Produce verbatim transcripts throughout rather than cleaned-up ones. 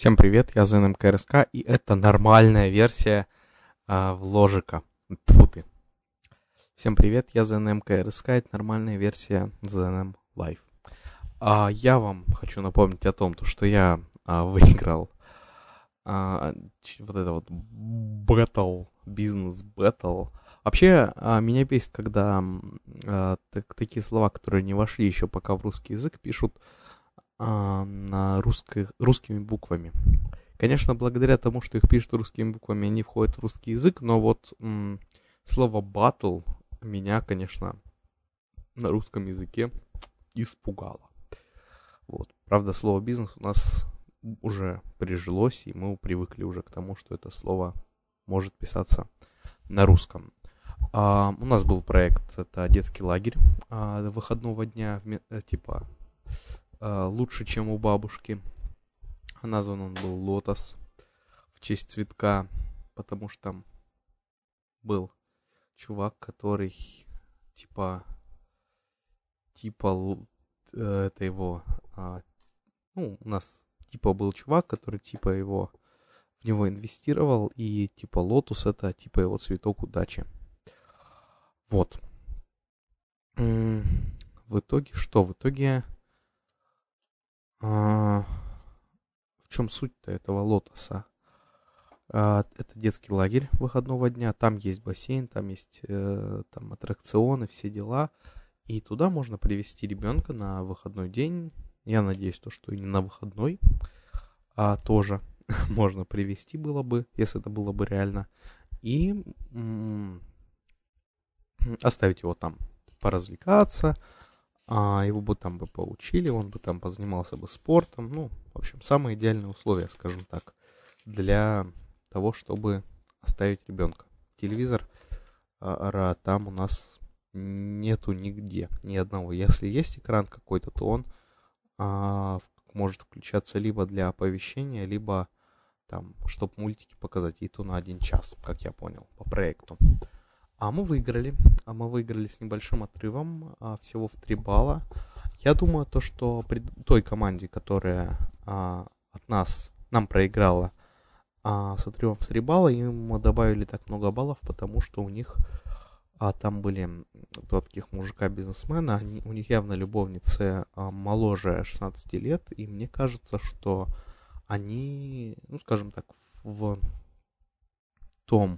Всем привет, я ZenMKRSK, и это нормальная версия а, вложика. Тьфу ты. Всем привет, я ZenMKRSK, это нормальная версия ZenM Live. А, я вам хочу напомнить о том, что я а, выиграл а, ч- вот это вот battle, бизнес-баттл. Вообще, а, меня бесит, когда м, а, так- такие слова, которые не вошли еще пока в русский язык, пишут а, на русских, русскими буквами. Конечно, благодаря тому, что их пишут русскими буквами, они входят в русский язык, но вот м, слово battle меня, конечно, на русском языке испугало. Вот. Правда, слово бизнес у нас уже прижилось, и мы привыкли уже к тому, что это слово может писаться на русском. А, у нас был проект, это детский лагерь а, выходного дня, вме- э, типа а, лучше, чем у бабушки. Назван он был «Лотос» в честь цветка, потому что там был чувак, который типа, типа, л- э, это его, а, ну, у нас типа был чувак, который типа его, в него инвестировал, и типа Лотус это типа его цветок удачи. Вот. М, В итоге что? В итоге, а, в чем суть-то этого Лотоса? А, Это детский лагерь выходного дня, там есть бассейн, там есть э, там аттракционы, все дела. И туда можно привезти ребенка на выходной день. Я надеюсь, то, что и не на выходной, а тоже можно привезти было бы, если это было бы реально. И м, оставить его там поразвлекаться, а его бы там бы поучили, он бы там позанимался бы спортом. Ну, в общем, самые идеальные условия, скажем так, для того, чтобы оставить ребенка. Телевизор а, ра, там у нас нету нигде, ни одного. Если есть экран какой-то, то он а, в- может включаться либо для оповещения, либо там, чтобы мультики показать, и то на один час, как я понял, по проекту. А мы выиграли, а мы выиграли с небольшим отрывом, а, всего в три балла. Я думаю, то, что при той команде, которая а, от нас, нам проиграла а, с отрывом в три балла, им добавили так много баллов, потому что у них а там были два таких мужика-бизнесмена, они, у них явно любовницы а, моложе шестнадцати лет, и мне кажется, что они, ну, скажем так, в том,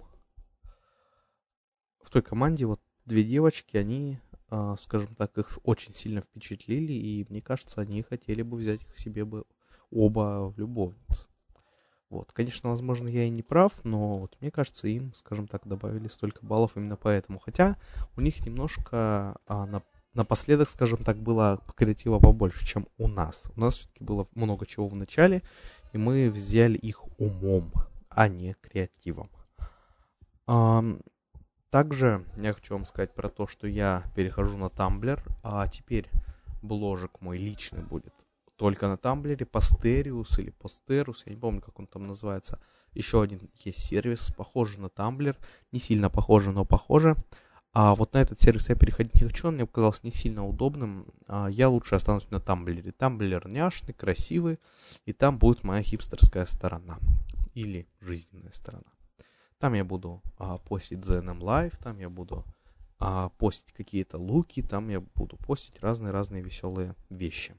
в той команде вот две девочки, они, а, скажем так, их очень сильно впечатлили, и мне кажется, они хотели бы взять их себе бы оба в любовницы. Вот, конечно, возможно, я и не прав, но вот мне кажется, им, скажем так, добавили столько баллов именно поэтому. Хотя у них немножко а, на, напоследок, скажем так, было креатива побольше, чем у нас. У нас все-таки было много чего в начале, и мы взяли их умом, а не креативом. Ам, также я хочу вам сказать про то, что я перехожу на Tumblr, а теперь бложек мой личный будет только на Тамблере, Постериус или Постерус, я не помню, как он там называется. Еще один есть сервис, похожий на Тамблер, не сильно похоже, но похоже. А вот на этот сервис я переходить не хочу, он мне показался не сильно удобным. А я лучше останусь на Тамблере. Тамблер няшный, красивый, и там будет моя хипстерская сторона. Или жизненная сторона. Там я буду а, постить зэ эн эм Live, там я буду а, постить какие-то луки, там я буду постить разные-разные веселые вещи.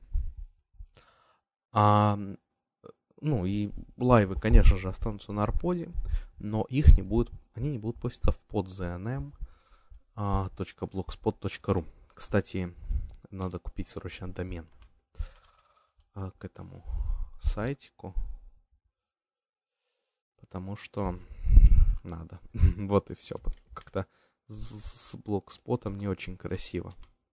А, ну и лайвы, конечно же, останутся на Арподе, но их не будут, они не будут поститься в под zn точка блогспот точка ру. Кстати, надо купить срочно домен а, к этому сайтику, потому что надо. Вот и все. Как-то с, с блогспотом не очень красиво.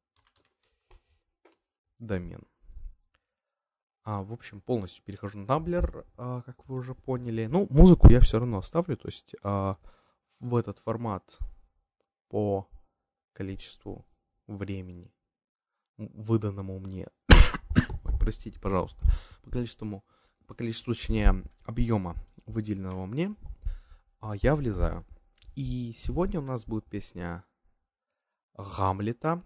Домен. А, в общем, полностью перехожу на Tumblr, а, как вы уже поняли. Ну, музыку я все равно оставлю, то есть а, в этот формат по количеству времени, выданному мне, ой, простите, пожалуйста, по количеству, по количеству, точнее, объема, выделенного мне, а, я влезаю. И сегодня у нас будет песня Гамлета,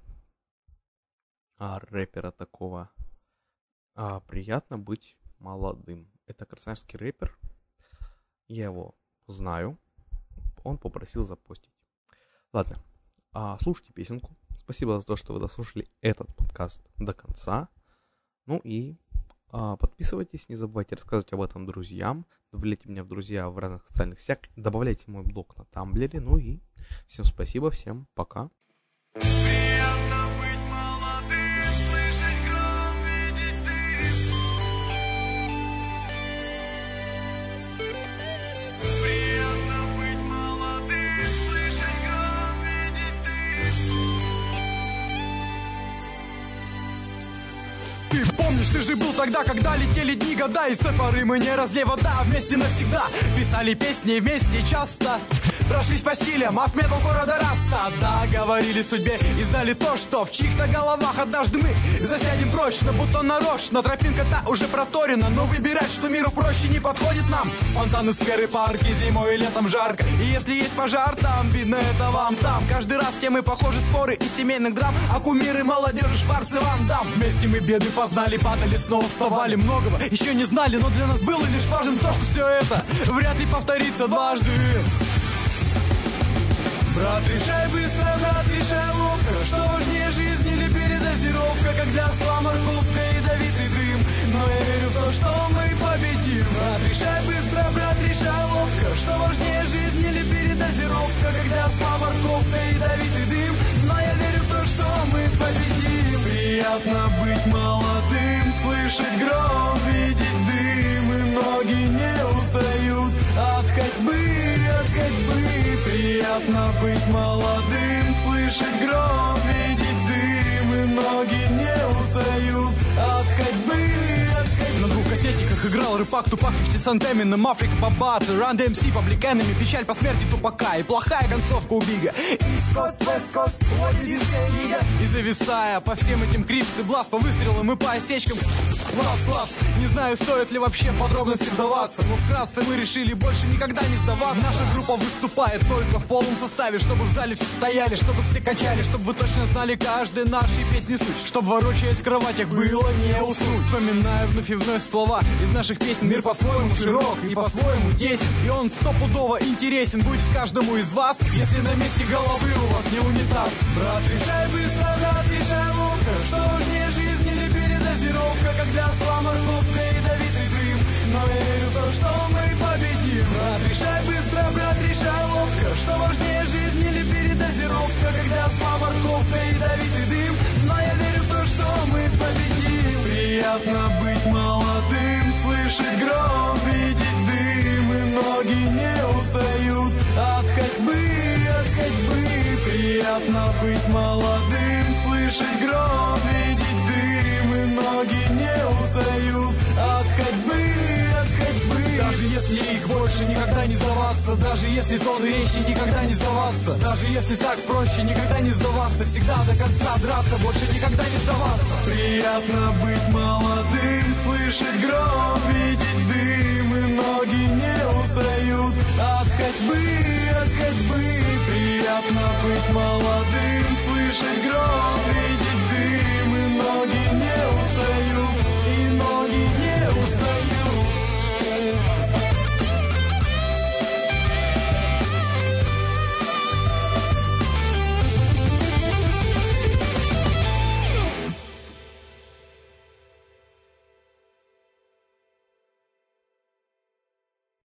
а, рэпера такого, а, «Приятно быть молодым». Это красноярский рэпер. Я его знаю. Он попросил запостить. Ладно, а, слушайте песенку. Спасибо за то, что вы дослушали этот подкаст до конца. Ну и а, подписывайтесь, не забывайте рассказывать об этом друзьям. Добавляйте меня в друзья в разных социальных сетях. Добавляйте мой блог на Тамблере. Ну и всем спасибо, всем пока. Приятно быть молодым, слышать гром, видеть дым. Приятно быть молодым, слышать гром, видеть дым. Ты помнишь, ты же был тогда, когда летели дни, года, и с той поры мы не разлей вода, вместе навсегда писали песни вместе часто. Прошлись по стилям от метал города Раста. Да, говорили судьбе и знали то, что в чьих-то головах однажды мы засядем прочно, будто нарочно. Тропинка та уже проторена, но выбирать, что миру проще, не подходит нам. Фонтаны, скверы, парки, зимой и летом жарко. И если есть пожар там, видно это вам там. Каждый раз темы похожи, споры и семейных драм, а кумиры молодежи Шварц и Ван Дам. Вместе мы беды познали, падали, снова вставали. Многого еще не знали, но для нас было лишь важным то, что все это вряд ли повторится дважды. Брат, решай быстро, брат, решай ловко, что важнее жизни или передозировка, когда осла, морковка, ядовитый дым. Но я верю в то, что мы победим. Брат, решай быстро, брат, решай ловко, что важнее жизни или передозировка, когда осла, морковка, ядовитый дым. Но я верю в то, что мы победим. Приятно быть молодым, слышать гром, видеть дым, и ноги не устают от ходьбы, от ходьбы. Приятно быть молодым, слышать гром, видеть дым, и ноги не устают от ходьбы, от ходьбы. На двух кассетниках играл рэпак, Тупак, пятьдесят Cent, Eminem, Африка, Бабат, Run ди эм си, Public Enemy, печаль по смерти Тупака и плохая концовка у Бига. East Coast, West Coast, вот единственная лига. И зависая по всем этим крипс и бласт, по выстрелам и по осечкам. Лапс, лапс, не знаю, стоит ли вообще в подробности вдаваться, но вкратце мы решили больше никогда не сдаваться. Наша группа выступает только в полном составе, чтобы в зале все стояли, чтобы все качали, чтобы вы точно знали каждой нашей песни суть, чтобы, ворочаясь в кроватях, было не уснуть. Вспоминаю вновь и вновь слова из наших песен. Мир по-своему широк и по-своему тесен, и он стопудово интересен будет каждому из вас, если на месте головы у вас не унитаз. Брат, решай быстро, брат, решай ловко, что важнее жизни или передозировка, когда осла, морковка, ядовитый дым. Но я верю в то, что мы победим. Брат, решай быстро, брат, решай ловко, что важнее жизни или передозировка, когда осла, морковка, ядовитый дым. Но я верю в то, что мы победим. Приятно быть молодым, слышать гром, видеть дым, и ноги не устают от ходьбы, от ходьбы. Приятно быть молодым, слышать гром, видеть дым, и ноги не устают от ходьбы, от ходьбы. Даже если их больше, никогда не сдаваться. Даже если тон речи, никогда не сдаваться. Даже если так проще, никогда не сдаваться. Всегда до конца драться, больше никогда не сдаваться. Приятно быть молодым, слышать гром, видеть дым, и ноги не устают от ходьбы, от ходьбы. Приятно быть молодым, слышать гром, видеть